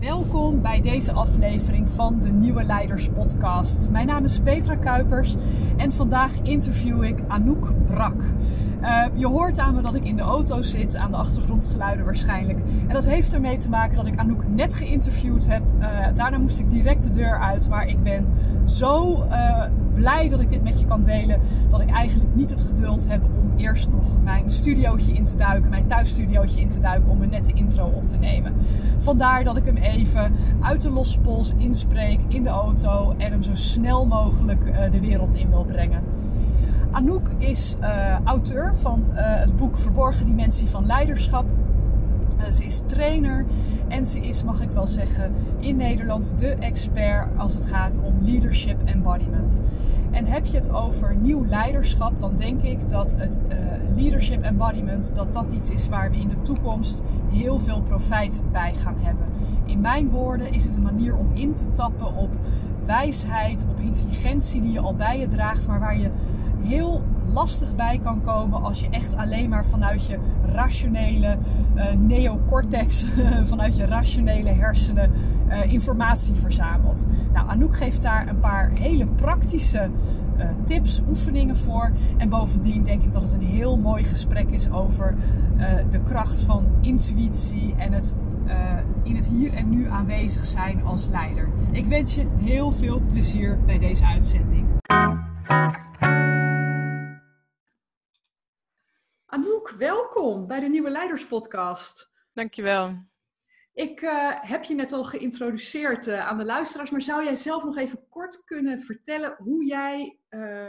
Welkom bij deze aflevering van de Nieuwe Leiders Podcast. Mijn naam is Petra Kuipers en vandaag interview ik Anouk Brak. Je hoort aan me dat ik in de auto zit, aan de achtergrondgeluiden waarschijnlijk. En dat heeft ermee te maken dat ik Anouk net geïnterviewd heb. Daarna moest ik direct de deur uit, maar ik ben zo blij dat ik dit met je kan delen, dat ik eigenlijk niet het geduld heb om eerst nog mijn studiootje in te duiken, mijn thuisstudiootje in te duiken om een nette intro op te nemen. Vandaar dat ik hem even uit de losse pols inspreek in de auto en hem zo snel mogelijk de wereld in wil brengen. Anouk is auteur van het boek Verborgen Dimensie van Leiderschap. Ze is trainer en ze is, mag ik wel zeggen, in Nederland de expert als het gaat om leadership embodiment. En heb je het over nieuw leiderschap, dan denk ik dat het leadership embodiment, dat iets is waar we in de toekomst heel veel profijt bij gaan hebben. In mijn woorden is het een manier om in te tappen op wijsheid, op intelligentie die je al bij je draagt, maar waar je heel lastig bij kan komen als je echt alleen maar vanuit je rationele neocortex, vanuit je rationele hersenen informatie verzamelt. Nou, Anouk geeft daar een paar hele praktische tips, oefeningen voor. En bovendien denk ik dat het een heel mooi gesprek is over de kracht van intuïtie en het in het hier en nu aanwezig zijn als leider. Ik wens je heel veel plezier bij deze uitzending. Anouk, welkom bij de Nieuwe Leiders Podcast. Dankjewel. Ik heb je net al geïntroduceerd aan de luisteraars, maar zou jij zelf nog even kort kunnen vertellen hoe jij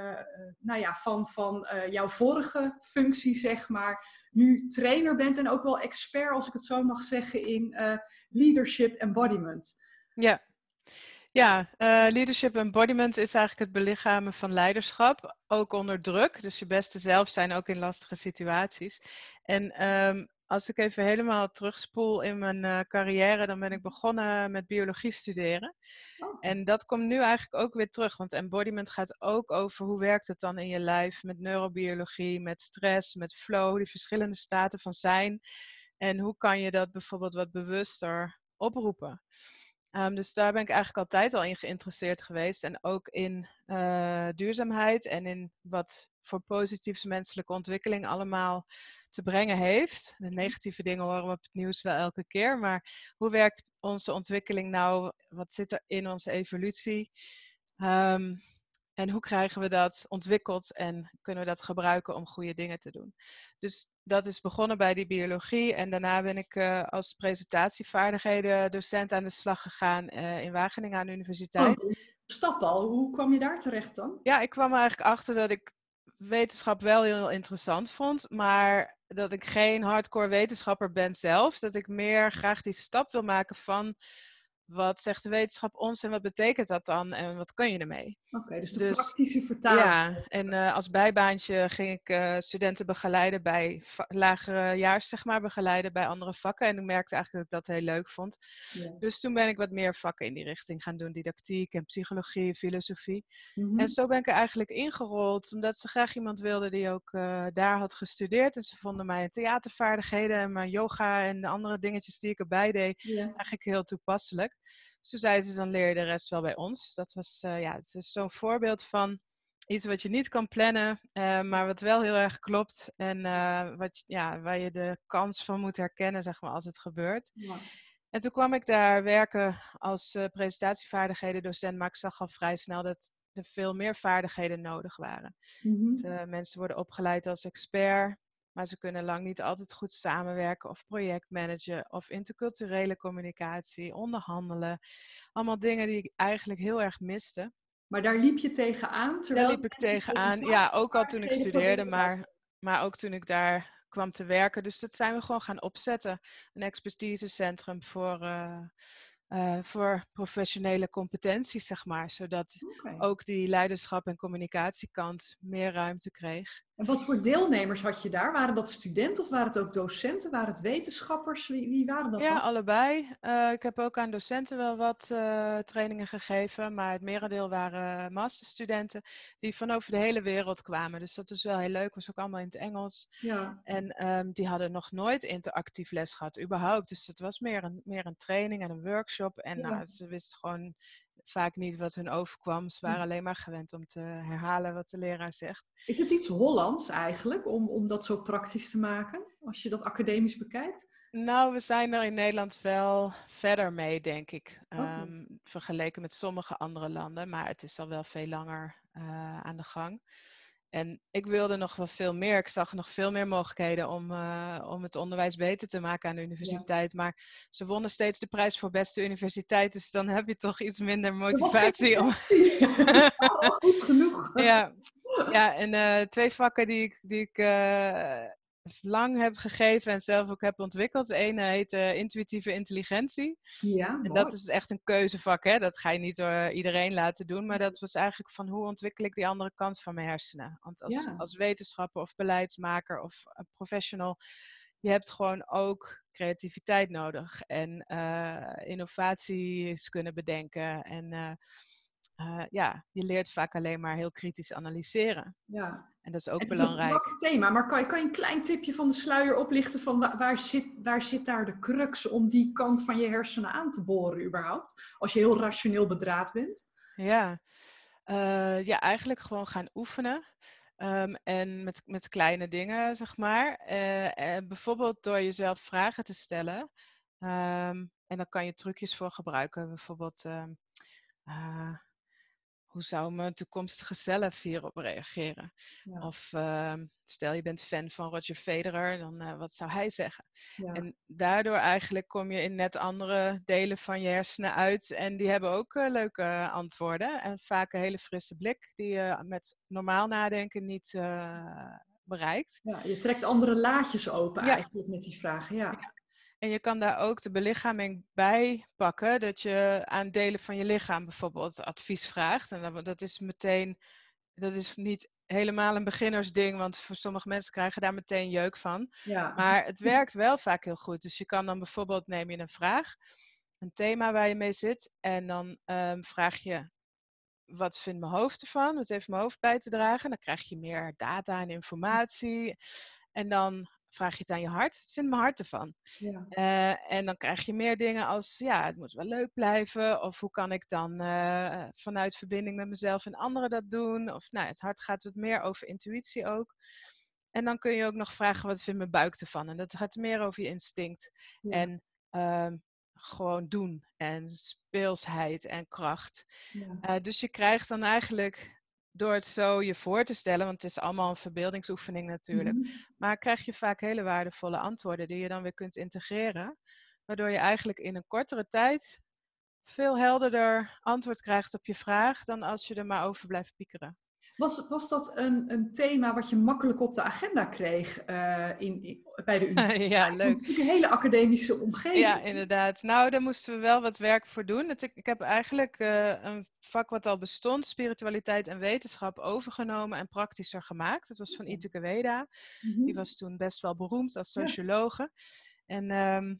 van jouw vorige functie, zeg maar, nu trainer bent en ook wel expert, als ik het zo mag zeggen, in leadership embodiment? Ja, leadership embodiment is eigenlijk het belichamen van leiderschap, ook onder druk. Dus je beste zelf zijn, ook in lastige situaties. En als ik even helemaal terugspoel in mijn carrière, dan ben ik begonnen met biologie studeren. Oh. En dat komt nu eigenlijk ook weer terug, want embodiment gaat ook over hoe werkt het dan in je lijf met neurobiologie, met stress, met flow, die verschillende staten van zijn. En hoe kan je dat bijvoorbeeld wat bewuster oproepen? Dus daar ben ik eigenlijk altijd al in geïnteresseerd geweest. En ook in duurzaamheid en in wat voor positieve menselijke ontwikkeling allemaal te brengen heeft. De negatieve dingen horen we op het nieuws wel elke keer. Maar hoe werkt onze ontwikkeling nou? Wat zit er in onze evolutie? En hoe krijgen we dat ontwikkeld en kunnen we dat gebruiken om goede dingen te doen? Dus dat is begonnen bij die biologie. En daarna ben ik als presentatievaardigheden docent aan de slag gegaan in Wageningen aan de universiteit. Oh, stap al. Hoe kwam je daar terecht dan? Ja, ik kwam er eigenlijk achter dat ik wetenschap wel heel interessant vond, maar dat ik geen hardcore wetenschapper ben zelf. Dat ik meer graag die stap wil maken van wat zegt de wetenschap ons en wat betekent dat dan en wat kun je ermee? Oké, dus de praktische vertaling. Ja, en als bijbaantje ging ik studenten begeleiden bij lagerejaars, zeg maar, begeleiden bij andere vakken. En ik merkte eigenlijk dat ik dat heel leuk vond. Ja. Dus toen ben ik wat meer vakken in die richting gaan doen. Didactiek en psychologie, filosofie. Mm-hmm. En zo ben ik er eigenlijk ingerold, omdat ze graag iemand wilden die ook daar had gestudeerd. En ze vonden mijn theatervaardigheden en mijn yoga en de andere dingetjes die ik erbij deed eigenlijk heel toepasselijk. Dus toen zeiden ze, dan leer je de rest wel bij ons. Dat was, het is zo'n voorbeeld van iets wat je niet kan plannen, maar wat wel heel erg klopt. En waar je de kans van moet herkennen, zeg maar, als het gebeurt. Ja. En toen kwam ik daar werken als presentatievaardigheden docent, maar ik zag al vrij snel dat er veel meer vaardigheden nodig waren. Mm-hmm. Dat, mensen worden opgeleid als expert, maar ze kunnen lang niet altijd goed samenwerken of projectmanagen of interculturele communicatie, onderhandelen. Allemaal dingen die ik eigenlijk heel erg miste. Maar daar liep je tegenaan? Daar liep ik tegenaan, ja, ook al toen ik studeerde, maar ook toen ik daar kwam te werken. Dus dat zijn we gewoon gaan opzetten. Een expertisecentrum voor professionele competenties, zeg maar. Zodat ook die leiderschap en communicatiekant meer ruimte kreeg. En wat voor deelnemers had je daar? Waren dat studenten of waren het ook docenten? Waren het wetenschappers? Wie waren dat Ja, dan? allebei. Ik heb ook aan docenten wel wat trainingen gegeven, maar het merendeel waren masterstudenten die van over de hele wereld kwamen. Dus dat was wel heel leuk, was ook allemaal in het Engels. Ja, En die hadden nog nooit interactief les gehad, überhaupt. Dus het was meer een training en een workshop. En ja. nou, ze wisten gewoon vaak niet wat hun overkwam. Ze waren alleen maar gewend om te herhalen wat de leraar zegt. Is het iets Hollands eigenlijk om dat zo praktisch te maken? Als je dat academisch bekijkt? Nou, we zijn er in Nederland wel verder mee, denk ik. Oké. Vergeleken met sommige andere landen. Maar het is al wel veel langer aan de gang. En ik wilde nog wel veel meer. Ik zag nog veel meer mogelijkheden om het onderwijs beter te maken aan de Ja. universiteit. Maar ze wonnen steeds de prijs voor beste universiteit. Dus dan heb je toch iets minder Dat was geen motivatie om... concessie. Dat is al goed genoeg. Ja, ja, en 2 vakken die ik lang heb gegeven en zelf ook heb ontwikkeld. De ene heet intuïtieve intelligentie. Ja, En mooi. dat is echt een keuzevak, hè? Dat ga je niet door iedereen laten doen. Maar dat was eigenlijk van hoe ontwikkel ik die andere kant van mijn hersenen. Want Ja, als wetenschapper of beleidsmaker of professional, je hebt gewoon ook creativiteit nodig. En innovaties kunnen bedenken. En ja, je leert vaak alleen maar heel kritisch analyseren. ja. En dat is ook Het is een belangrijk. vlak thema, maar kan je een klein tipje van de sluier oplichten van waar zit daar de crux om die kant van je hersenen aan te boren überhaupt? Als je heel rationeel bedraad bent. Ja, ja, eigenlijk gewoon gaan oefenen. En met kleine dingen, zeg maar. En bijvoorbeeld door jezelf vragen te stellen. En daar kan je trucjes voor gebruiken. Bijvoorbeeld, uh, hoe zou mijn toekomstige zelf hierop reageren? Ja, Of stel je bent fan van Roger Federer, dan wat zou hij zeggen? ja, En daardoor eigenlijk kom je in net andere delen van je hersenen uit. En die hebben ook leuke antwoorden. En vaak een hele frisse blik die je met normaal nadenken niet bereikt. ja. Je trekt andere laadjes open Ja, eigenlijk met die vragen, ja. en je kan daar ook de belichaming bij pakken, dat je aan delen van je lichaam bijvoorbeeld advies vraagt. En dat is meteen, dat is niet helemaal een beginnersding, want voor sommige mensen krijgen daar meteen jeuk van. Ja, Maar het werkt wel vaak heel goed. Dus je kan dan bijvoorbeeld, neem je een vraag, een thema waar je mee zit, en dan vraag je, wat vindt mijn hoofd ervan? Wat heeft mijn hoofd bij te dragen? Dan krijg je meer data en informatie. En dan vraag je het aan je hart. Wat vindt mijn hart ervan? ja, En dan krijg je meer dingen als, ja, het moet wel leuk blijven. Of hoe kan ik dan vanuit verbinding met mezelf en anderen dat doen? Of nou, het hart gaat wat meer over intuïtie ook. En dan kun je ook nog vragen, wat vindt mijn buik ervan? En dat gaat meer over je instinct. ja, En gewoon doen. En speelsheid en kracht. ja. Dus je krijgt dan eigenlijk, door het zo je voor te stellen, want het is allemaal een verbeeldingsoefening natuurlijk, Mhm. maar krijg je vaak hele waardevolle antwoorden die je dan weer kunt integreren, waardoor je eigenlijk in een kortere tijd veel helderder antwoord krijgt op je vraag dan als je er maar over blijft piekeren. Was dat een thema wat je makkelijk op de agenda kreeg bij de universiteit? Ja, Want het is leuk. natuurlijk een hele academische Ja, omgeving. inderdaad. Nou, daar moesten we wel wat werk voor doen. Ik heb eigenlijk een vak wat al bestond, spiritualiteit en wetenschap, overgenomen en praktischer gemaakt. Dat was van Iteke Weda. Die Mhm. was toen best wel beroemd als Ja. sociologe. En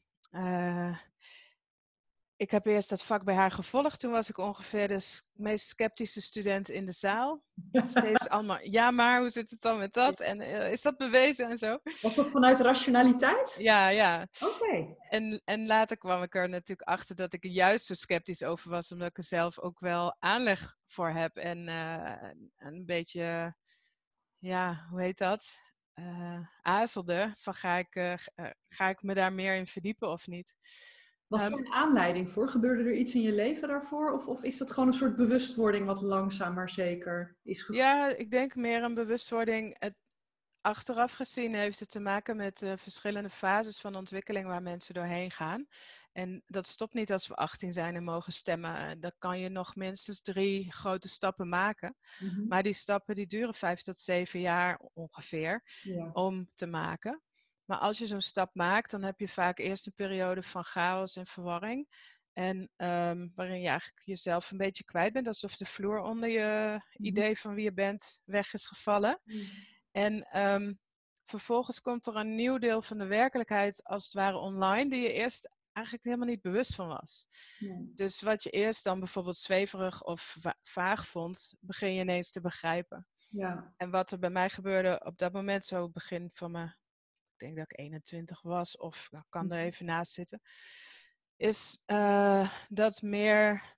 ik heb eerst dat vak bij haar gevolgd. Toen was ik ongeveer de meest sceptische student in de zaal. Steeds allemaal, ja, maar hoe zit het dan met dat? En is dat bewezen en zo? Was dat vanuit rationaliteit? Ja, ja. Oké. En later kwam ik er natuurlijk achter dat ik er juist zo sceptisch over was, omdat ik er zelf ook wel aanleg voor heb. En een beetje, ja, hoe heet dat? Aarzelde van ga ik me daar meer in verdiepen of niet? Was er een aanleiding voor? Gebeurde er iets in je leven daarvoor? Of is dat gewoon een soort bewustwording wat langzaam maar zeker is gegroeid? Ja, ik denk meer een bewustwording. Achteraf gezien heeft het te maken met verschillende fases van ontwikkeling waar mensen doorheen gaan. En dat stopt niet als we 18 zijn en mogen stemmen. Dan kan je nog minstens 3 grote stappen maken. Mhm. Maar die stappen die duren 5 tot 7 jaar ongeveer Ja. om te maken. Maar als je zo'n stap maakt, dan heb je vaak eerst een periode van chaos en verwarring. En waarin je eigenlijk jezelf een beetje kwijt bent, alsof de vloer onder je Mhm. idee van wie je bent weg is gevallen. Ja. En vervolgens komt er een nieuw deel van de werkelijkheid, als het ware online, die je eerst eigenlijk helemaal niet bewust van was. Nee. Dus wat je eerst dan bijvoorbeeld zweverig of vaag vond, begin je ineens te begrijpen. Ja. En wat er bij mij gebeurde op dat moment, zo begin van mijn, ik denk dat ik 21 was, of ik kan er even naast zitten, is dat meer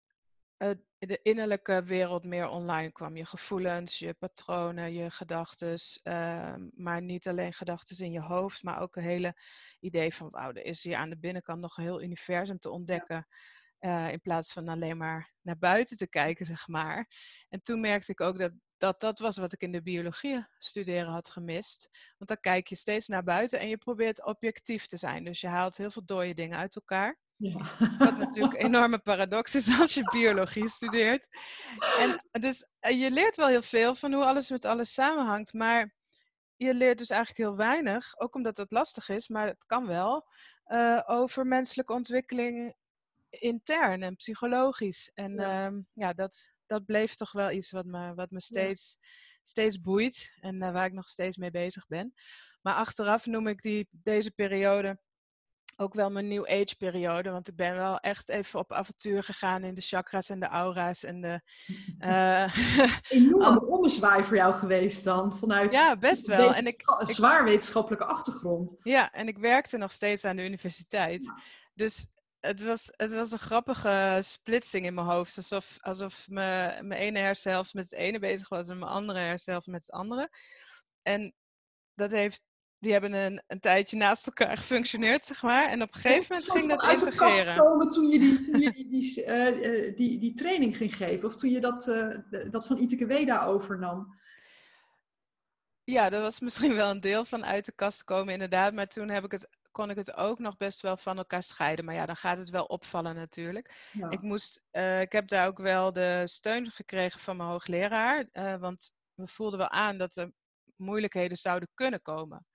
de innerlijke wereld meer online kwam. Je gevoelens, je patronen, je gedachtes. Maar niet alleen gedachtes in je hoofd, maar ook een hele idee van, wauw, er is hier aan de binnenkant nog een heel universum te ontdekken. In plaats van alleen maar naar buiten te kijken, zeg maar. En toen merkte ik ook dat was wat ik in de biologie studeren had gemist. Want dan kijk je steeds naar buiten en je probeert objectief te zijn. Dus je haalt heel veel dode dingen uit elkaar. Ja. Wat natuurlijk een enorme paradox is als je biologie studeert. En dus je leert wel heel veel van hoe alles met alles samenhangt. Maar je leert dus eigenlijk heel weinig, ook omdat het lastig is, maar het kan wel, over menselijke ontwikkeling intern en psychologisch. En dat bleef toch wel iets wat me steeds boeit en waar ik nog steeds mee bezig ben. Maar achteraf noem ik deze periode ook wel mijn New Age periode, want ik ben wel echt even op avontuur gegaan in de chakras en de aura's en de... Enorme ommezwaai voor jou geweest dan, vanuit Ja, best wel. En zwaar wetenschappelijke achtergrond. Ja, en ik werkte nog steeds aan de universiteit. Ja. Dus het was een grappige splitsing in mijn hoofd. Alsof mijn ene hersenhelft met het ene bezig was en mijn andere hersenhelft met het andere. En die hebben een tijdje naast elkaar gefunctioneerd, zeg maar. En op een gegeven moment ging dat uit de kast integreren. komen toen je die training ging geven. Of toen je dat van Iteke Weda overnam. Ja, dat was misschien wel een deel van uit de kast komen, inderdaad. Maar toen kon ik het ook nog best wel van elkaar scheiden. Maar ja, dan gaat het wel opvallen natuurlijk. Ja. Ik heb daar ook wel de steun gekregen van mijn hoogleraar. Want we voelden wel aan dat er moeilijkheden zouden kunnen komen.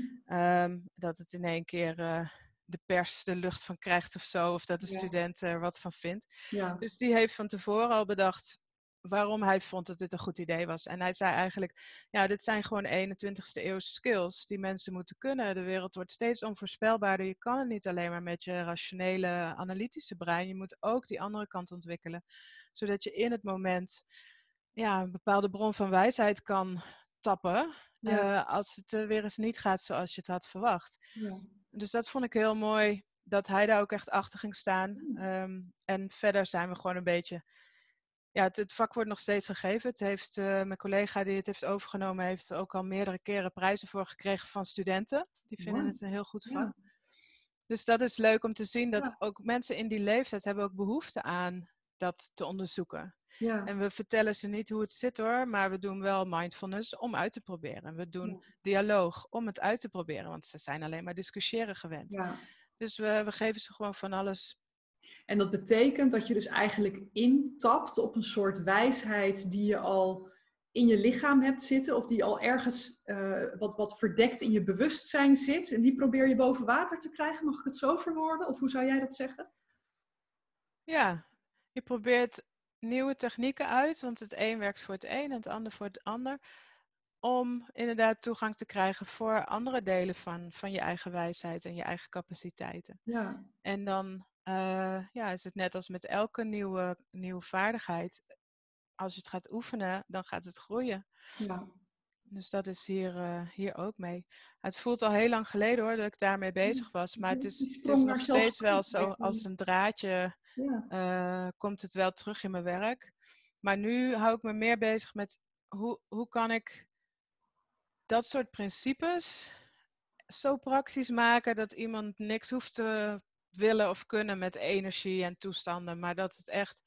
Dat het in één keer de pers de lucht van krijgt of zo. Of dat de student er wat van vindt. Ja. Dus die heeft van tevoren al bedacht waarom hij vond dat dit een goed idee was. En hij zei eigenlijk, ja, dit zijn gewoon 21ste eeuwse skills die mensen moeten kunnen. De wereld wordt steeds onvoorspelbaarder. Je kan het niet alleen maar met je rationele, analytische brein. Je moet ook die andere kant ontwikkelen. Zodat je in het moment een bepaalde bron van wijsheid kan tappen. Als het weer eens niet gaat zoals je het had verwacht. Ja. Dus dat vond ik heel mooi, dat hij daar ook echt achter ging staan. En verder zijn we gewoon een beetje... Ja, het vak wordt nog steeds gegeven. Mijn collega die het heeft overgenomen, heeft er ook al meerdere keren prijzen voor gekregen van studenten. Die vinden het een heel goed vak. Ja. Dus dat is leuk om te zien dat ook mensen in die leeftijd hebben ook behoefte aan dat te onderzoeken. Ja. En we vertellen ze niet hoe het zit hoor, maar we doen wel mindfulness om uit te proberen. We doen dialoog om het uit te proberen, want ze zijn alleen maar discussiëren gewend. Ja. Dus we geven ze gewoon van alles. En dat betekent dat je dus eigenlijk intapt op een soort wijsheid die je al in je lichaam hebt zitten. Of die al ergens wat verdekt in je bewustzijn zit. En die probeer je boven water te krijgen. Mag ik het zo verwoorden? Of hoe zou jij dat zeggen? Ja, je probeert nieuwe technieken uit. Want het een werkt voor het een en het ander voor het ander. Om inderdaad toegang te krijgen voor andere delen van je eigen wijsheid en je eigen capaciteiten. Ja. En dan... is het net als met elke nieuwe vaardigheid. Als je het gaat oefenen, dan gaat het groeien. Ja. Dus dat is hier ook mee. Het voelt al heel lang geleden hoor, dat ik daarmee bezig was. Maar het is nog steeds wel zo, als een draadje komt het wel terug in mijn werk. Maar nu hou ik me meer bezig met hoe kan ik dat soort principes zo praktisch maken dat iemand niks hoeft te willen of kunnen met energie en toestanden, maar dat het echt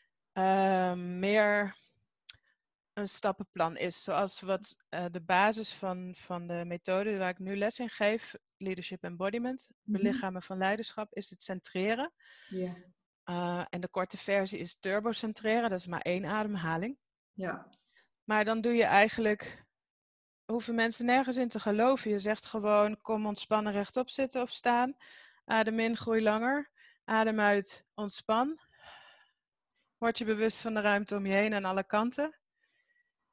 meer een stappenplan is. Zoals wat de basis van de methode waar ik nu les in geef, Leadership Embodiment, belichamen van leiderschap, is het centreren. Yeah. En de korte versie is turbocentreren, dat is maar 1 ademhaling. Ja. Maar dan doe je eigenlijk... hoeven mensen nergens in te geloven. Je zegt gewoon, kom ontspannen rechtop zitten of staan. Adem in, groei langer. Adem uit, ontspan. Word je bewust van de ruimte om je heen aan alle kanten.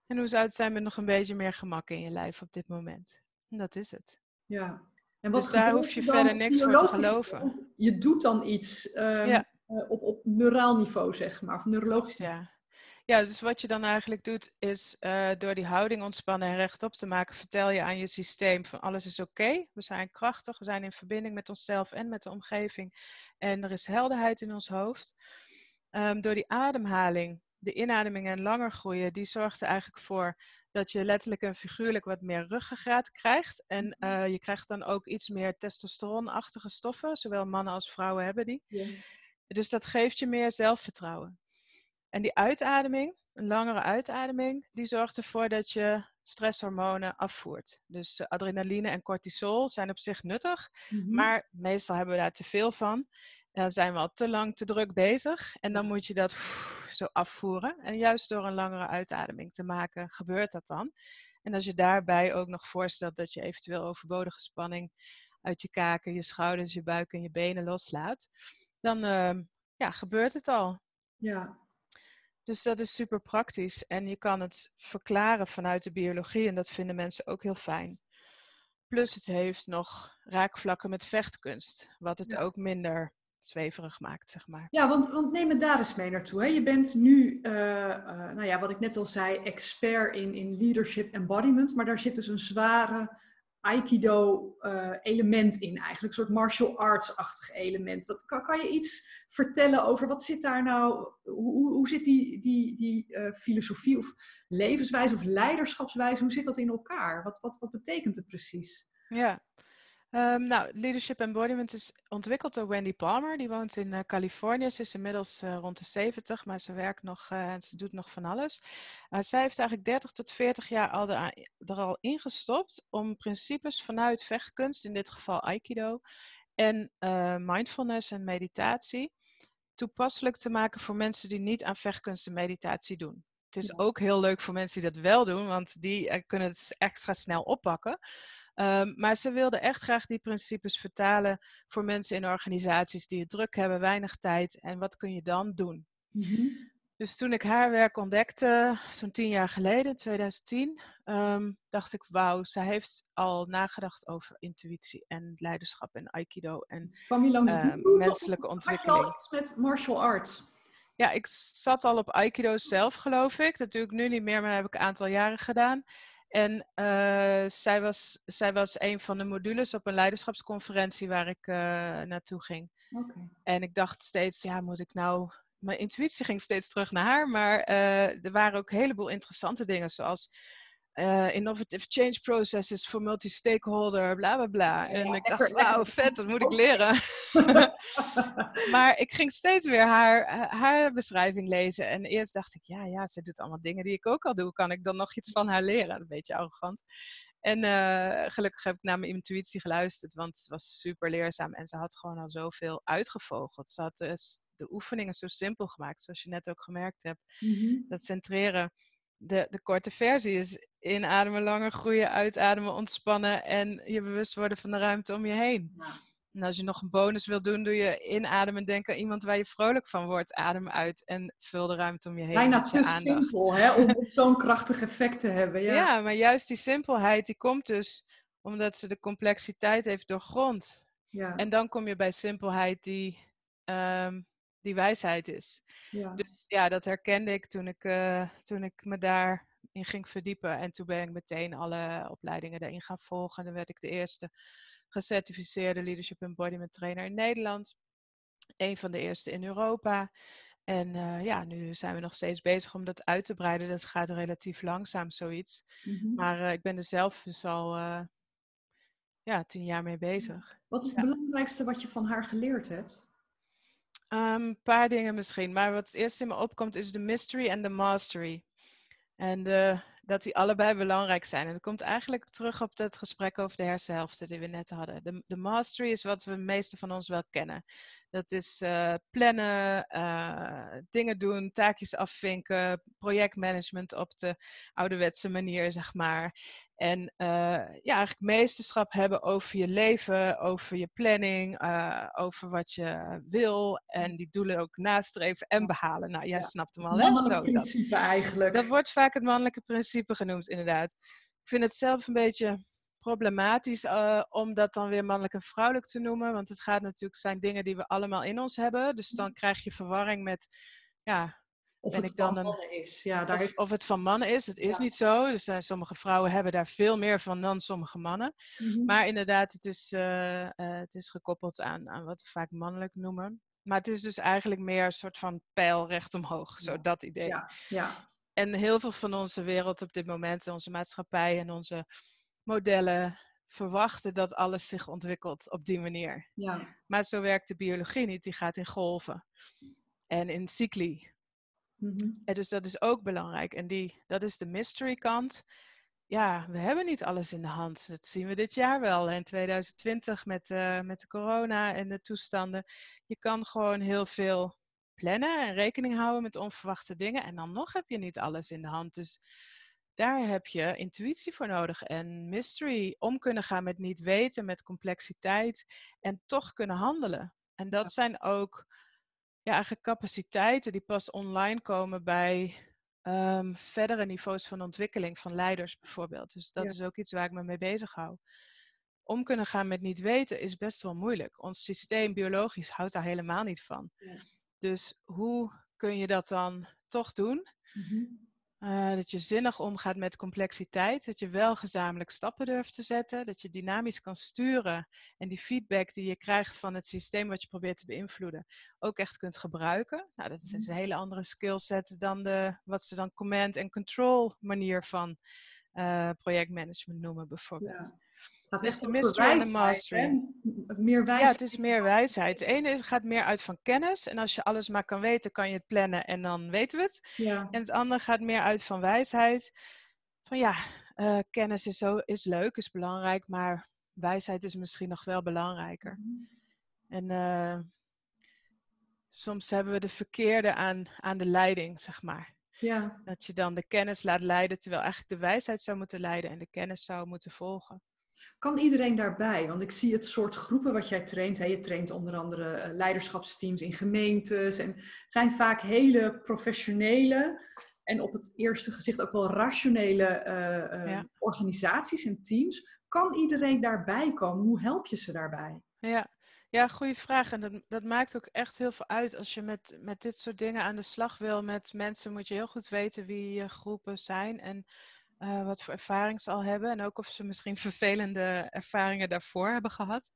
En hoe zou het zijn met nog een beetje meer gemak in je lijf op dit moment? En dat is het. Ja. En wat Dus daar gebeurt hoef je er verder dan niks voor te biologisch? geloven. Want je doet dan iets Ja, op neuraal niveau, zeg maar, of neurologisch klopt, niveau. ja. Ja, dus wat je dan eigenlijk doet is door die houding ontspannen en rechtop te maken, vertel je aan je systeem van alles is oké. We zijn krachtig, we zijn in verbinding met onszelf en met de omgeving. En er is helderheid in ons hoofd. Door die ademhaling, de inademingen langer groeien, die zorgt er eigenlijk voor dat je letterlijk en figuurlijk wat meer ruggengraat krijgt. En je krijgt dan ook iets meer testosteronachtige stoffen, zowel mannen als vrouwen hebben die. Ja. Dus dat geeft je meer zelfvertrouwen. En die uitademing, een langere uitademing, die zorgt ervoor dat je stresshormonen afvoert. Dus adrenaline en cortisol zijn op zich nuttig, maar meestal hebben we daar te veel van. Dan zijn we al te lang te druk bezig en dan moet je dat zo afvoeren. En juist door een langere uitademing te maken, gebeurt dat dan. En als je daarbij ook nog voorstelt dat je eventueel overbodige spanning uit je kaken, je schouders, je buik en je benen loslaat, dan gebeurt het al. Ja. Dus dat is super praktisch en je kan het verklaren vanuit de biologie en dat vinden mensen ook heel fijn. Plus het heeft nog raakvlakken met vechtkunst, wat het ook minder zweverig maakt, zeg maar. Ja, want neem het daar eens mee naartoe. Hè. Je bent nu, wat ik net al zei, expert in leadership embodiment, maar daar zit dus een zware Aikido-element in eigenlijk, een soort martial arts-achtig element. Kan je iets vertellen over wat zit daar nou, hoe zit die filosofie of levenswijze of leiderschapswijze, hoe zit dat in elkaar? Wat betekent het precies? Ja. Leadership Embodiment is ontwikkeld door Wendy Palmer. Die woont in Californië. Ze is inmiddels rond de 70, maar ze werkt nog en ze doet nog van alles. Zij heeft eigenlijk 30 tot 40 jaar er al ingestopt om principes vanuit vechtkunst, in dit geval Aikido, en mindfulness en meditatie, toepasselijk te maken voor mensen die niet aan vechtkunst en meditatie doen. Het is ook heel leuk voor mensen die dat wel doen, want die kunnen het extra snel oppakken. Maar ze wilde echt graag die principes vertalen voor mensen in organisaties die het druk hebben, weinig tijd. En wat kun je dan doen? Dus toen ik haar werk ontdekte, zo'n 10 jaar geleden, 2010, dacht ik, wauw, zij heeft al nagedacht over intuïtie en leiderschap en Aikido en Kwam je langs die route menselijke of ontwikkeling. had je al iets met martial arts? Ja, ik zat al op Aikido zelf, geloof ik. Dat doe ik nu niet meer, maar dat heb ik een aantal jaren gedaan. En zij was een van de modules op een leiderschapsconferentie waar ik naartoe ging. Okay. En ik dacht steeds, ja, moet ik nou... Mijn intuïtie ging steeds terug naar haar, maar er waren ook een heleboel interessante dingen, zoals innovative change processes voor multi-stakeholder, bla bla bla. Ja, en ik lekker, dacht, wauw, vet, dat moet ik leren. Maar ik ging steeds weer haar beschrijving lezen. En eerst dacht ik, ja, ze doet allemaal dingen die ik ook al doe. Kan ik dan nog iets van haar leren? Een beetje arrogant. En gelukkig heb ik naar mijn intuïtie geluisterd, want het was super leerzaam. En ze had gewoon al zoveel uitgevogeld. Ze had de oefeningen zo simpel gemaakt, zoals je net ook gemerkt hebt. Dat centreren. De korte versie is inademen, langer groeien, uitademen, ontspannen en je bewust worden van de ruimte om je heen. Ja. En als je nog een bonus wil doen, doe je inademen, denk aan iemand waar je vrolijk van wordt. Adem uit en vul de ruimte om je heen. Bijna te simpel, hè, om zo'n krachtig effect te hebben. Ja. Ja, maar juist die simpelheid, die komt dus omdat ze de complexiteit heeft doorgrond. Ja. En dan kom je bij simpelheid die wijsheid is. Ja. Dus ja, dat herkende ik toen ik me daarin ging verdiepen. En toen ben ik meteen alle opleidingen daarin gaan volgen. Dan werd ik de eerste gecertificeerde Leadership Embodiment trainer in Nederland. Een van de eerste in Europa. En nu zijn we nog steeds bezig om dat uit te breiden. Dat gaat relatief langzaam, zoiets. Maar ik ben er zelf dus al 10 jaar mee bezig. Wat is het belangrijkste wat je van haar geleerd hebt? Een paar dingen misschien. Maar wat het eerst in me opkomt is de mystery en de mastery. En dat die allebei belangrijk zijn. En dat komt eigenlijk terug op dat gesprek over de hersenhelften die we net hadden. De mastery is wat we de meeste van ons wel kennen. Dat is plannen, dingen doen, taakjes afvinken, projectmanagement op de ouderwetse manier, zeg maar. En eigenlijk meesterschap hebben over je leven, over je planning, over wat je wil. En die doelen ook nastreven en behalen. Nou, jij snapt hem Het al, hè? mannelijk principe eigenlijk. Dat wordt vaak het mannelijke principe genoemd, inderdaad. Ik vind het zelf een beetje problematisch om dat dan weer mannelijk en vrouwelijk te noemen. Want het gaat natuurlijk zijn dingen die we allemaal in ons hebben. Dus dan krijg je verwarring met, Of ben het ik dan van mannen is. Ja, of het van mannen is. Het is niet zo. Dus sommige vrouwen hebben daar veel meer van dan sommige mannen. Maar inderdaad, het is gekoppeld aan wat we vaak mannelijk noemen. Maar het is dus eigenlijk meer een soort van pijl recht omhoog. Zo dat idee. Ja. En heel veel van onze wereld op dit moment, onze maatschappij en onze modellen verwachten dat alles zich ontwikkelt op die manier. Ja. Maar zo werkt de biologie niet. Die gaat in golven en in cycli. En dus dat is ook belangrijk. En dat is de mystery kant. Ja, we hebben niet alles in de hand. Dat zien we dit jaar wel. In 2020 met de corona en de toestanden. Je kan gewoon heel veel plannen en rekening houden met onverwachte dingen. En dan nog heb je niet alles in de hand. Dus daar heb je intuïtie voor nodig. En mystery, om kunnen gaan met niet weten, met complexiteit. En toch kunnen handelen. En dat zijn ook eigenlijk capaciteiten die pas online komen bij verdere niveaus van ontwikkeling van leiders bijvoorbeeld. Dus dat is ook iets waar ik me mee bezig hou. Om kunnen gaan met niet weten is best wel moeilijk. Ons systeem biologisch houdt daar helemaal niet van. Ja. Dus hoe kun je dat dan toch doen? Dat je zinnig omgaat met complexiteit. Dat je wel gezamenlijk stappen durft te zetten. Dat je dynamisch kan sturen. En die feedback die je krijgt van het systeem wat je probeert te beïnvloeden. Ook echt kunt gebruiken. Nou, dat is een hele andere skillset dan wat ze dan command and control manier van projectmanagement noemen bijvoorbeeld. Ja. Het gaat dus echt de over mystery en de wijsheid, mastery. Hè? Meer wijsheid. Ja, het is meer wijsheid. Het ene gaat meer uit van kennis. En als je alles maar kan weten, kan je het plannen en dan weten we het. Ja. En het andere gaat meer uit van wijsheid. Van kennis is leuk, is belangrijk, maar wijsheid is misschien nog wel belangrijker. En soms hebben we de verkeerde aan de leiding, zeg maar. Ja. Dat je dan de kennis laat leiden, terwijl eigenlijk de wijsheid zou moeten leiden en de kennis zou moeten volgen. Kan iedereen daarbij? Want ik zie het soort groepen wat jij traint. Hè? Je traint onder andere leiderschapsteams in gemeentes. En het zijn vaak hele professionele en op het eerste gezicht ook wel rationele organisaties en teams. Kan iedereen daarbij komen? Hoe help je ze daarbij? Ja, goede vraag. En dat maakt ook echt heel veel uit. Als je met dit soort dingen aan de slag wil met mensen, moet je heel goed weten wie je groepen zijn en wat voor ervaring ze al hebben. En ook of ze misschien vervelende ervaringen daarvoor hebben gehad.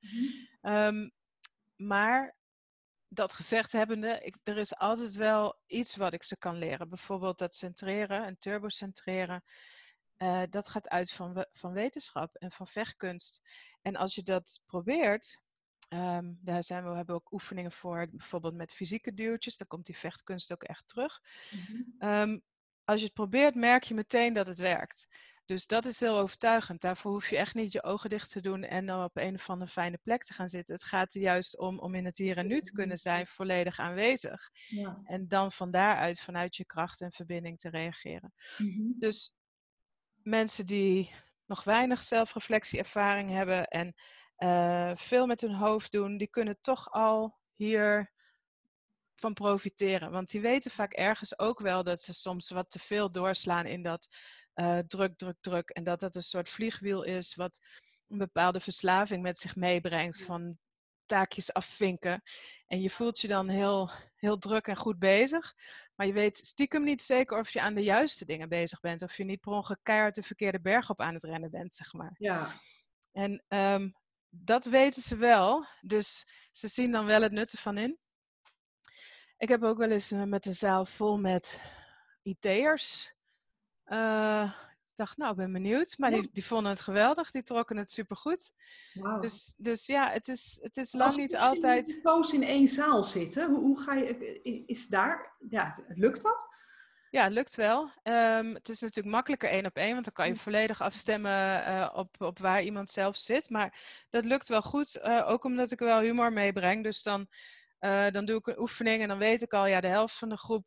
Maar dat gezegd hebbende, er is altijd wel iets wat ik ze kan leren. Bijvoorbeeld dat centreren en turbocentreren. Dat gaat uit van wetenschap en van vechtkunst. En als je dat probeert, we hebben ook oefeningen voor, bijvoorbeeld met fysieke duwtjes. Dan komt die vechtkunst ook echt terug. Als je het probeert, merk je meteen dat het werkt. Dus dat is heel overtuigend. Daarvoor hoef je echt niet je ogen dicht te doen en dan op een of andere fijne plek te gaan zitten. Het gaat er juist om in het hier en nu te kunnen zijn, volledig aanwezig. Ja. En dan van daaruit, vanuit je kracht en verbinding te reageren. Dus mensen die nog weinig zelfreflectieervaring hebben en veel met hun hoofd doen, die kunnen toch al hier van profiteren. Want die weten vaak ergens ook wel dat ze soms wat te veel doorslaan in dat druk. En dat een soort vliegwiel is wat een bepaalde verslaving met zich meebrengt van taakjes afvinken. En je voelt je dan heel, heel druk en goed bezig. Maar je weet stiekem niet zeker of je aan de juiste dingen bezig bent. Of je niet per ongeluk keihard de verkeerde berg op aan het rennen bent, zeg maar. Ja. En dat weten ze wel. Dus ze zien dan wel het nut ervan in. Ik heb ook wel eens met een zaal vol met IT'ers. Ik dacht, nou, ik ben benieuwd. Maar die vonden het geweldig. Die trokken het supergoed. Wow. Dus ja, het is lang niet altijd... Als je poos in één zaal zitten, hoe ga je... Is daar... Ja, lukt dat? Ja, het lukt wel. Het is natuurlijk makkelijker 1 op 1, want dan kan je volledig afstemmen op waar iemand zelf zit. Maar dat lukt wel goed, ook omdat ik wel humor meebreng. Dus dan doe ik een oefening en dan weet ik al, ja, de helft van de groep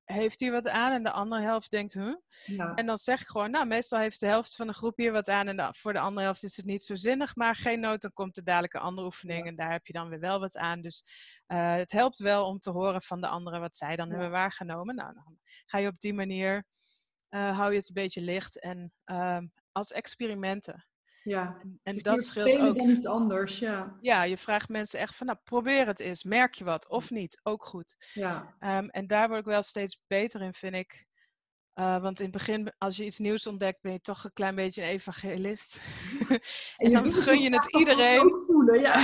heeft hier wat aan en de andere helft denkt, huh? En dan zeg ik gewoon, nou, meestal heeft de helft van de groep hier wat aan en voor de andere helft is het niet zo zinnig, maar geen nood, dan komt er dadelijk een andere oefening en daar heb je dan weer wel wat aan. Dus het helpt wel om te horen van de anderen wat zij dan hebben waargenomen. Nou, dan ga je op die manier, hou je het een beetje licht en als experimenten. Ja, En dat meer scheelt spelen ook. dan iets anders, ja. Ja, je vraagt mensen echt van, nou, probeer het eens. Merk je wat of niet? Ook goed. Ja. En daar word ik wel steeds beter in, vind ik. Want in het begin, als je iets nieuws ontdekt, ben je toch een klein beetje een evangelist. En dan gun je het iedereen. Ook voelen, ja.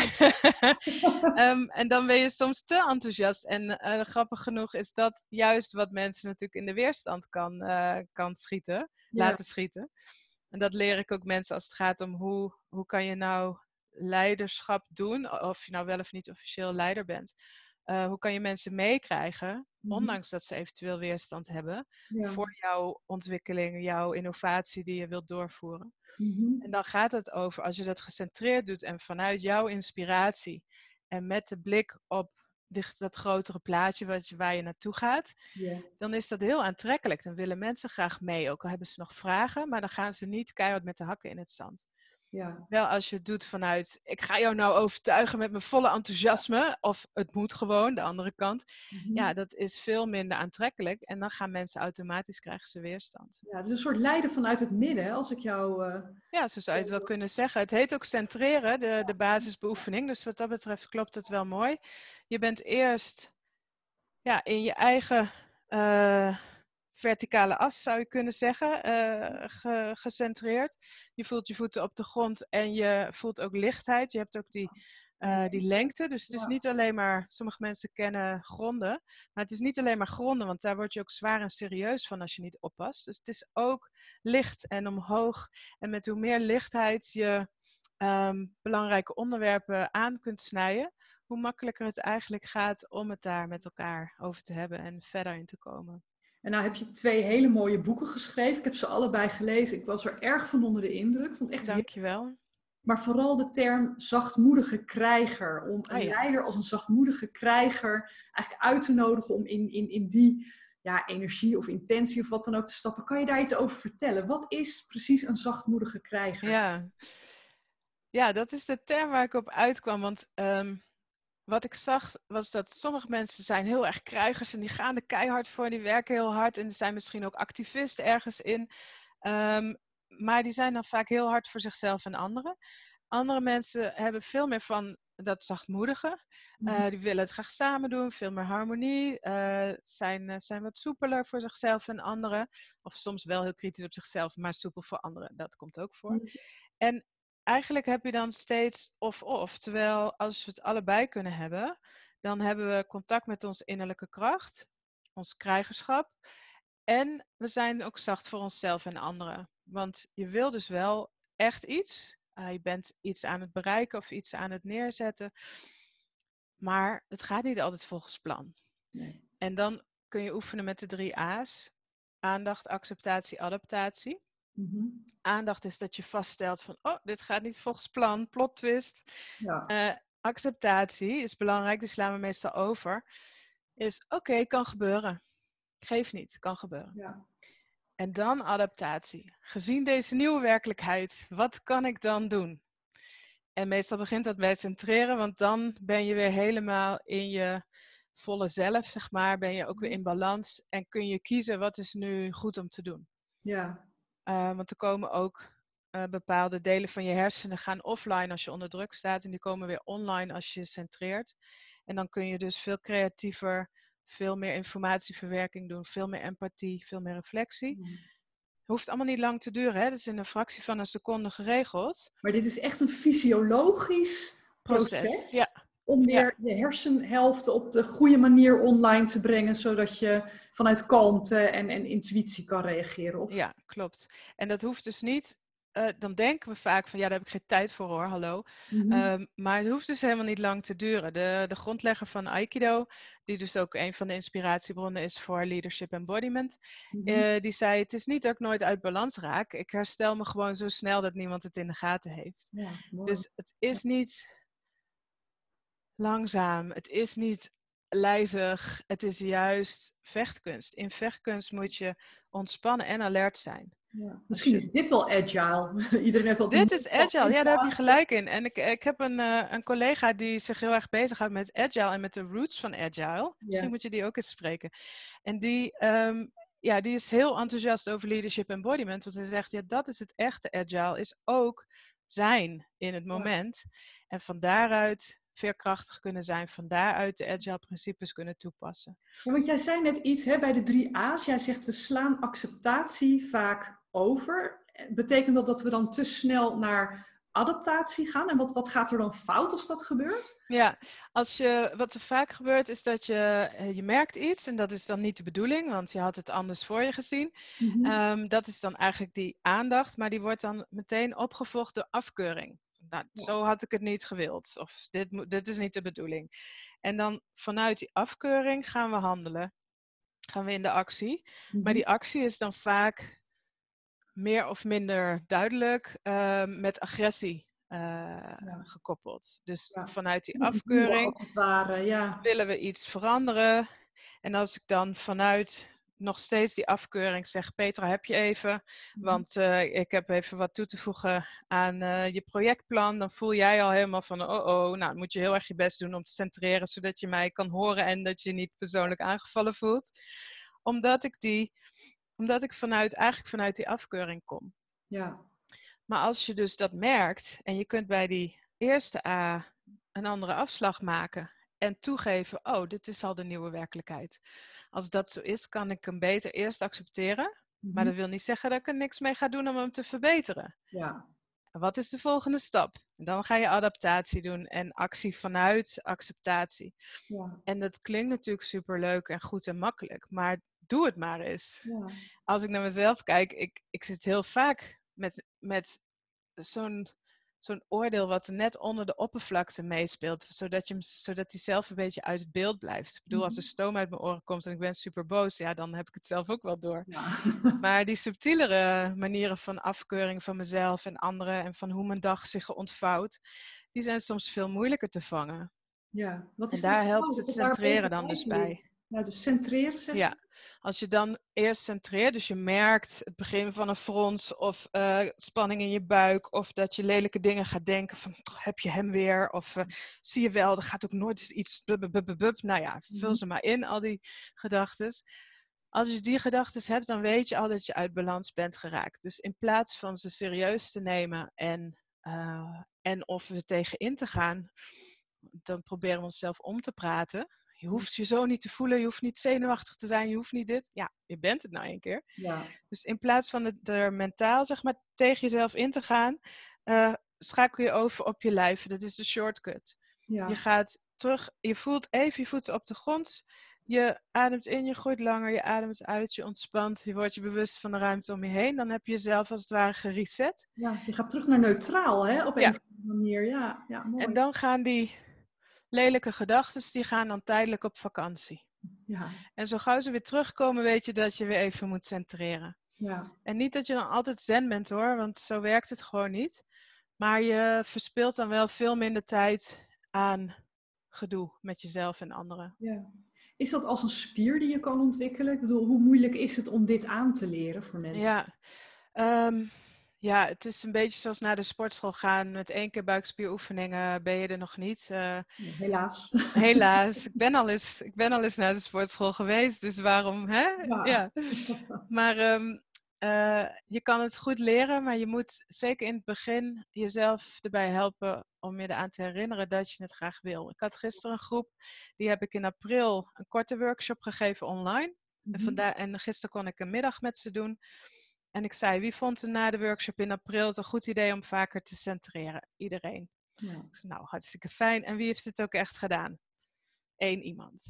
En dan ben je soms te enthousiast. En grappig genoeg is dat juist wat mensen natuurlijk in de weerstand kan schieten, laten schieten. En dat leer ik ook mensen als het gaat om hoe kan je nou leiderschap doen, of je nou wel of niet officieel leider bent. Hoe kan je mensen meekrijgen, ondanks dat ze eventueel weerstand hebben, voor jouw ontwikkeling, jouw innovatie die je wilt doorvoeren. En dan gaat het over, als je dat gecentreerd doet en vanuit jouw inspiratie en met de blik op dat grotere plaatje waar je naartoe gaat, dan is dat heel aantrekkelijk. Dan willen mensen graag mee, ook al hebben ze nog vragen, maar dan gaan ze niet keihard met de hakken in het zand. Ja. Wel als je het doet vanuit, ik ga jou nou overtuigen met mijn volle enthousiasme, of het moet gewoon, de andere kant. Ja, dat is veel minder aantrekkelijk en dan gaan mensen automatisch, krijgen ze weerstand. Ja, het is een soort leiden vanuit het midden, als ik jou... Ja, zo zou je het wel kunnen zeggen. Het heet ook centreren, de basisbeoefening. Dus wat dat betreft klopt het wel mooi. Je bent eerst in je eigen verticale as, zou je kunnen zeggen, gecentreerd. Je voelt je voeten op de grond en je voelt ook lichtheid. Je hebt ook die lengte. Dus het is niet alleen maar, sommige mensen kennen gronden, maar het is niet alleen maar gronden, want daar word je ook zwaar en serieus van als je niet oppast. Dus het is ook licht en omhoog. En met hoe meer lichtheid je belangrijke onderwerpen aan kunt snijden, hoe makkelijker het eigenlijk gaat om het daar met elkaar over te hebben en verder in te komen. En nou heb je 2 hele mooie boeken geschreven. Ik heb ze allebei gelezen. Ik was er erg van onder de indruk. Vond echt Dankjewel. Maar vooral de term zachtmoedige krijger. Om een leider als een zachtmoedige krijger eigenlijk uit te nodigen om in die energie of intentie of wat dan ook te stappen. Kan je daar iets over vertellen? Wat is precies een zachtmoedige krijger? Ja, dat is de term waar ik op uitkwam. Want wat ik zag was dat sommige mensen zijn heel erg krijgers en die gaan er keihard voor, die werken heel hard en die zijn misschien ook activist ergens in. Maar die zijn dan vaak heel hard voor zichzelf en anderen. Andere mensen hebben veel meer van dat zachtmoedige. Die willen het graag samen doen, veel meer harmonie. Zijn wat soepeler voor zichzelf en anderen. Of soms wel heel kritisch op zichzelf, maar soepel voor anderen. Dat komt ook voor. En eigenlijk heb je dan steeds of. Terwijl als we het allebei kunnen hebben, dan hebben we contact met onze innerlijke kracht, ons krijgerschap. En we zijn ook zacht voor onszelf en anderen. Want je wil dus wel echt iets. Je bent iets aan het bereiken of iets aan het neerzetten. Maar het gaat niet altijd volgens plan. Nee. En dan kun je oefenen met de 3 A's. Aandacht, acceptatie, adaptatie. Aandacht is dat je vaststelt van, dit gaat niet volgens plan, plot twist. Acceptatie is belangrijk, die slaan we meestal over. Is oké, kan gebeuren. Geef niet, kan gebeuren. Ja. En dan adaptatie. Gezien deze nieuwe werkelijkheid, wat kan ik dan doen? En meestal begint dat bij centreren, want dan ben je weer helemaal in je volle zelf, zeg maar. Ben je ook weer in balans en kun je kiezen wat is nu goed om te doen. Ja. Want er komen ook bepaalde delen van je hersenen gaan offline als je onder druk staat. En die komen weer online als je centreert. En dan kun je dus veel creatiever, veel meer informatieverwerking doen, veel meer empathie, veel meer reflectie. Het hoeft allemaal niet lang te duren, hè? Dat is in een fractie van een seconde geregeld. Maar dit is echt een fysiologisch proces. Om weer je hersenhelften op de goede manier online te brengen, zodat je vanuit kalmte en intuïtie kan reageren. Of... Ja, klopt. En dat hoeft dus niet, dan denken we vaak van, daar heb ik geen tijd voor hoor, hallo. Maar het hoeft dus helemaal niet lang te duren. De grondlegger van Aikido, die dus ook een van de inspiratiebronnen is voor leadership embodiment, die zei, het is niet dat ik nooit uit balans raak. Ik herstel me gewoon zo snel dat niemand het in de gaten heeft. Dus het is niet langzaam. Het is niet lijzig. Het is juist vechtkunst. In vechtkunst moet je ontspannen en alert zijn. Ja. Misschien is dit wel agile. Iedereen heeft wel Dit is agile, ja, daar heb je gelijk in. En ik heb een collega die zich heel erg bezighoudt met agile en met de roots van agile. Misschien moet je die ook eens spreken. En die is heel enthousiast over leadership embodiment. Want hij zegt, ja, dat is het echte agile, is ook zijn in het moment. En van daaruit veerkrachtig kunnen zijn, van daaruit de agile principes kunnen toepassen. Ja, want jij zei net iets bij de 3 A's. Jij zegt, we slaan acceptatie vaak over. Betekent dat we dan te snel naar adaptatie gaan? En wat gaat er dan fout als dat gebeurt? Ja, wat er vaak gebeurt is dat je merkt iets en dat is dan niet de bedoeling, want je had het anders voor je gezien. Mm-hmm. Dat is dan eigenlijk die aandacht, maar die wordt dan meteen opgevolgd door afkeuring. Nou, zo had ik het niet gewild. Of dit is niet de bedoeling. En dan vanuit die afkeuring gaan we handelen. Gaan we in de actie. Mm-hmm. Maar die actie is dan vaak meer of minder duidelijk met agressie gekoppeld. Dus vanuit die afkeuring als het ware, willen we iets veranderen. En als ik dan vanuit nog steeds die afkeuring zeg, Petra, heb je even, want ik heb even wat toe te voegen aan je projectplan, dan voel jij al helemaal van, nou dan moet je heel erg je best doen om te centreren, zodat je mij kan horen en dat je niet persoonlijk aangevallen voelt. Omdat ik vanuit die afkeuring kom. Ja. Maar als je dus dat merkt en je kunt bij die eerste A een andere afslag maken en toegeven, dit is al de nieuwe werkelijkheid. Als dat zo is, kan ik hem beter eerst accepteren. Mm-hmm. Maar dat wil niet zeggen dat ik er niks mee ga doen om hem te verbeteren. Ja. Wat is de volgende stap? Dan ga je adaptatie doen en actie vanuit acceptatie. Ja. En dat klinkt natuurlijk superleuk en goed en makkelijk, maar doe het maar eens. Ja. Als ik naar mezelf kijk, ik zit heel vaak met zo'n oordeel wat net onder de oppervlakte meespeelt, zodat hij zelf een beetje uit het beeld blijft. Ik bedoel, als er stoom uit mijn oren komt en ik ben super boos, ja, dan heb ik het zelf ook wel door. Ja. Maar die subtielere manieren van afkeuring van mezelf en anderen en van hoe mijn dag zich ontvouwt, die zijn soms veel moeilijker te vangen. Ja, wat is en daar helpt het centreren dan dus bij. Nou, dus centreren, zeg je? Ja, als je dan eerst centreert, dus je merkt het begin van een frons of spanning in je buik, of dat je lelijke dingen gaat denken van, heb je hem weer? Of zie je wel, er gaat ook nooit iets, nou ja, vul ze maar in, al die gedachtes. Als je die gedachtes hebt, dan weet je al dat je uit balans bent geraakt. Dus in plaats van ze serieus te nemen en of we tegenin te gaan, dan proberen we onszelf om te praten. Je hoeft je zo niet te voelen, je hoeft niet zenuwachtig te zijn, je hoeft niet dit. Ja, je bent het nou een keer. Ja. Dus in plaats van er mentaal, zeg maar, tegen jezelf in te gaan, schakel je over op je lijf. Dat is de shortcut. Ja. Je gaat terug, je voelt even je voeten op de grond. Je ademt in, je groeit langer, je ademt uit, je ontspant. Je wordt je bewust van de ruimte om je heen. Dan heb je jezelf als het ware gereset. Ja, je gaat terug naar neutraal, hè? Op een of andere manier. Ja, mooi. En dan gaan die lelijke gedachten, die gaan dan tijdelijk op vakantie. Ja. En zo gauw ze weer terugkomen, weet je dat je weer even moet centreren. Ja. En niet dat je dan altijd zen bent hoor, want zo werkt het gewoon niet. Maar je verspilt dan wel veel minder tijd aan gedoe met jezelf en anderen. Ja. Is dat als een spier die je kan ontwikkelen? Ik bedoel, hoe moeilijk is het om dit aan te leren voor mensen? Ja, het is een beetje zoals naar de sportschool gaan. Met 1 keer buikspieroefeningen ben je er nog niet. Helaas. Helaas. Ik ben al eens naar de sportschool geweest, dus waarom, hè? Ja. Maar je kan het goed leren, maar je moet zeker in het begin jezelf erbij helpen om je eraan te herinneren dat je het graag wil. Ik had gisteren een groep, die heb ik in april een korte workshop gegeven online. Mm-hmm. En gisteren kon ik een middag met ze doen. En ik zei, wie vond er na de workshop in april het een goed idee om vaker te centreren? Iedereen. Ja. Ik zei, nou, hartstikke fijn. En wie heeft het ook echt gedaan? 1 iemand.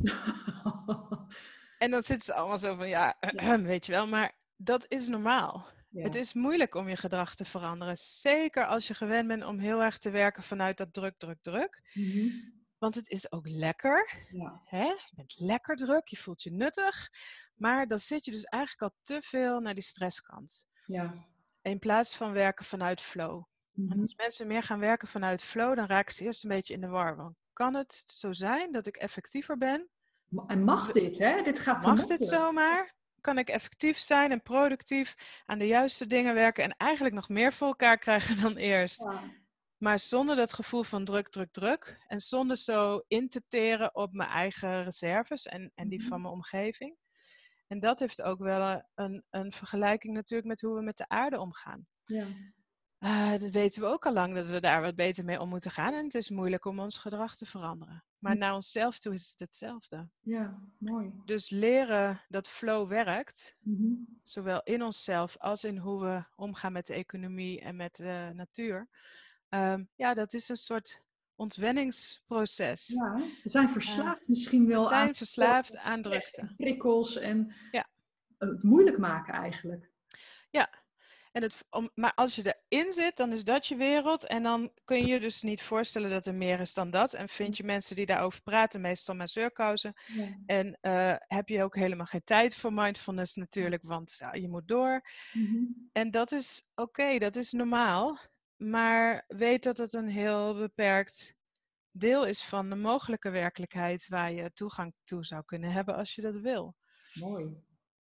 En dan zitten ze allemaal zo van, weet je wel, maar dat is normaal. Ja. Het is moeilijk om je gedrag te veranderen. Zeker als je gewend bent om heel erg te werken vanuit dat druk. Mm-hmm. Want het is ook lekker. Ja. Hè? Je bent lekker druk, je voelt je nuttig. Maar dan zit je dus eigenlijk al te veel naar die stresskant. Ja. In plaats van werken vanuit flow. Mm-hmm. En als mensen meer gaan werken vanuit flow, dan raken ze eerst een beetje in de war. Want kan het zo zijn dat ik effectiever ben En mag dit, hè? Dit gaat te Mag dit zomaar? Kan ik effectief zijn en productief aan de juiste dingen werken en eigenlijk nog meer voor elkaar krijgen dan eerst? Ja. Maar zonder dat gevoel van druk. En zonder zo in te teren op mijn eigen reserves en die van mijn omgeving. En dat heeft ook wel een vergelijking natuurlijk met hoe we met de aarde omgaan. Ja. Dat weten we ook al lang, dat we daar wat beter mee om moeten gaan. En het is moeilijk om ons gedrag te veranderen. Maar naar onszelf toe is het hetzelfde. Ja, mooi. Dus leren dat flow werkt, zowel in onszelf als in hoe we omgaan met de economie en met de natuur. Dat is een soort ontwenningsproces. Ja, we zijn verslaafd misschien wel aan drukte. En prikkels en het moeilijk maken eigenlijk. Ja, maar als je erin zit, dan is dat je wereld. En dan kun je je dus niet voorstellen dat er meer is dan dat. En vind je mensen die daarover praten, meestal maar zeurkousen. Ja. En heb je ook helemaal geen tijd voor mindfulness natuurlijk, want je moet door. En dat is oké, dat is normaal. Maar weet dat het een heel beperkt deel is van de mogelijke werkelijkheid waar je toegang toe zou kunnen hebben als je dat wil. Mooi.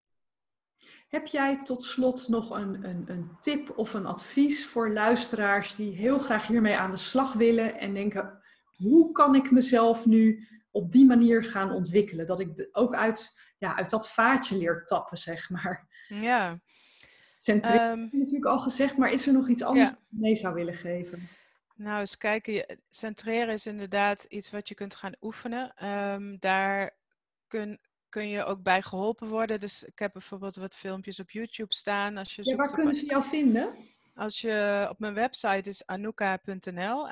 Heb jij tot slot nog een tip of een advies voor luisteraars die heel graag hiermee aan de slag willen en denken, hoe kan ik mezelf nu op die manier gaan ontwikkelen? Dat ik ook uit dat vaatje leer tappen, zeg maar. Ja. Centreren heb je natuurlijk al gezegd, maar is er nog iets anders dat je mee zou willen geven? Nou, eens kijken. Centreren is inderdaad iets wat je kunt gaan oefenen. Daar kun je ook bij geholpen worden. Dus ik heb bijvoorbeeld wat filmpjes op YouTube staan. Als je waar kunnen ze jou vinden? Als je op mijn website is anouka.nl,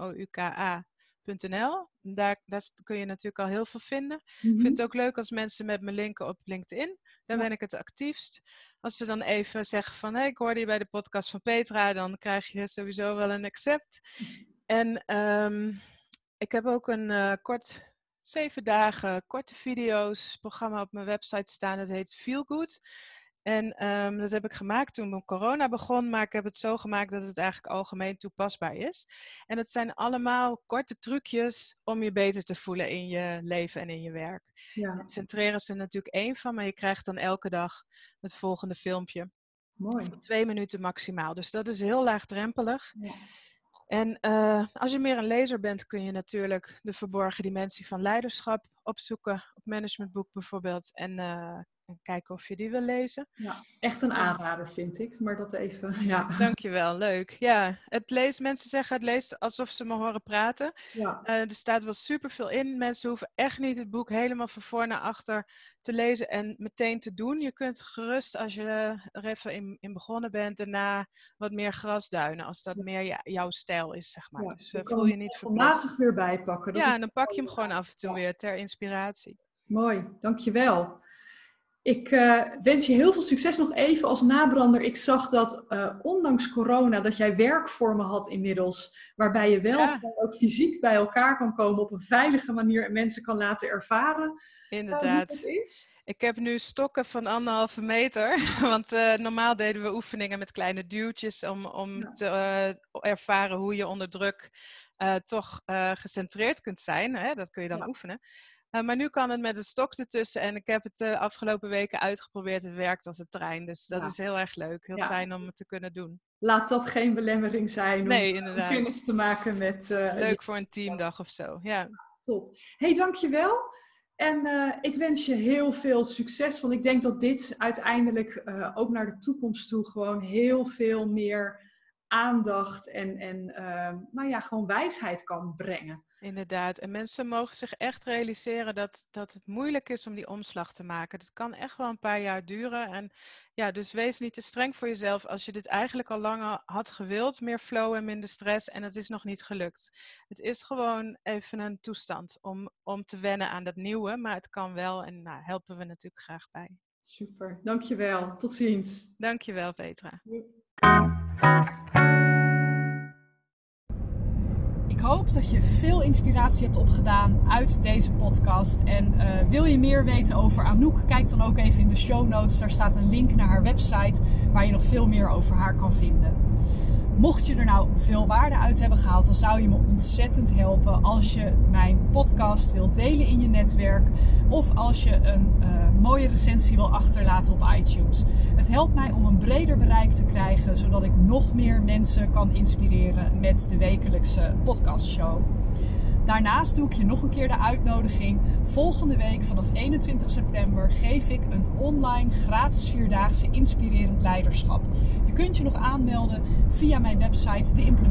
ANOUKA.nl. Daar kun je natuurlijk al heel veel vinden. Ik vind het ook leuk als mensen met me linken op LinkedIn. Daar ben ik het actiefst. Als ze dan even zeggen van, ik hoorde je bij de podcast van Petra, dan krijg je sowieso wel een accept. En ik heb ook een 7 dagen korte video's programma op mijn website staan. Dat heet Feel Good. En dat heb ik gemaakt toen corona begon, maar ik heb het zo gemaakt dat het eigenlijk algemeen toepasbaar is. En het zijn allemaal korte trucjes om je beter te voelen in je leven en in je werk. Ja. Centreren is er natuurlijk 1 van, maar je krijgt dan elke dag het volgende filmpje. Mooi. 2 minuten maximaal, dus dat is heel laagdrempelig. Ja. En als je meer een lezer bent, kun je natuurlijk de verborgen dimensie van leiderschap opzoeken. Op Managementboek bijvoorbeeld. En kijken of je die wil lezen. Ja, echt een aanrader vind ik. Maar dat even, Dankjewel, leuk. Ja, mensen zeggen het leest alsof ze me horen praten. Ja. Er staat wel superveel in. Mensen hoeven echt niet het boek helemaal van voor naar achter te lezen en meteen te doen. Je kunt gerust, als je er even in begonnen bent, daarna wat meer grasduinen. Als dat meer jouw stijl is, zeg maar. Ja, dus voel je niet verplicht. Weer bijpakken. En dan pak je hem gewoon af en toe weer ter inspiratie. Mooi, dankjewel. Ik wens je heel veel succes. Nog even als nabrander. Ik zag dat ondanks corona dat jij werkvormen had inmiddels. Waarbij je wel ook fysiek bij elkaar kan komen op een veilige manier. En mensen kan laten ervaren. Inderdaad. Hoe dat is. Ik heb nu stokken van 1,5 meter. Want normaal deden we oefeningen met kleine duwtjes. Om te ervaren hoe je onder druk toch gecentreerd kunt zijn. Hè? Dat kun je dan oefenen. Maar nu kan het met een stok ertussen en ik heb het de afgelopen weken uitgeprobeerd. Het werkt als een trein, dus dat is heel erg leuk. Heel fijn om het te kunnen doen. Laat dat geen belemmering zijn om kennis te maken met... leuk voor een teamdag of zo, ja. Top. Hey, dankjewel. En ik wens je heel veel succes, want ik denk dat dit uiteindelijk ook naar de toekomst toe gewoon heel veel meer aandacht en gewoon wijsheid kan brengen. Inderdaad. En mensen mogen zich echt realiseren dat het moeilijk is om die omslag te maken. Dat kan echt wel een paar jaar duren. En dus wees niet te streng voor jezelf als je dit eigenlijk al langer had gewild. Meer flow en minder stress. En het is nog niet gelukt. Het is gewoon even een toestand om te wennen aan dat nieuwe. Maar het kan wel en helpen we natuurlijk graag bij. Super. Dankjewel. Tot ziens. Dankjewel, Petra. Ik hoop dat je veel inspiratie hebt opgedaan uit deze podcast. En wil je meer weten over Anouk? Kijk dan ook even in de show notes. Daar staat een link naar haar website waar je nog veel meer over haar kan vinden. Mocht je er nou veel waarde uit hebben gehaald, dan zou je me ontzettend helpen als je mijn podcast wilt delen in je netwerk. Of als je een mooie recensie wil achterlaten op iTunes. Het helpt mij om een breder bereik te krijgen, zodat ik nog meer mensen kan inspireren met de wekelijkse podcastshow. Daarnaast doe ik je nog een keer de uitnodiging. Volgende week vanaf 21 september geef ik een online gratis 4-daagse inspirerend leiderschap. Je kunt je nog aanmelden via mijn website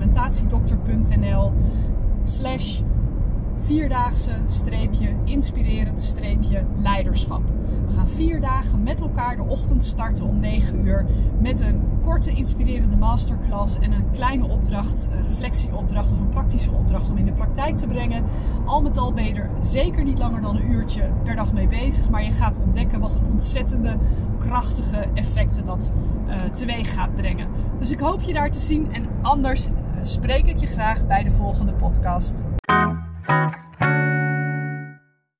deimplementatiedokter.nl/4-daagse-inspirerend-leiderschap. We gaan 4 dagen met elkaar de ochtend starten om 9 uur met een korte inspirerende masterclass en een kleine opdracht, een reflectieopdracht of een praktische opdracht om in de praktijk te brengen. Al met al ben je er zeker niet langer dan een uurtje per dag mee bezig, maar je gaat ontdekken wat een ontzettende krachtige effecten dat teweeg gaat brengen. Dus ik hoop je daar te zien en anders spreek ik je graag bij de volgende podcast.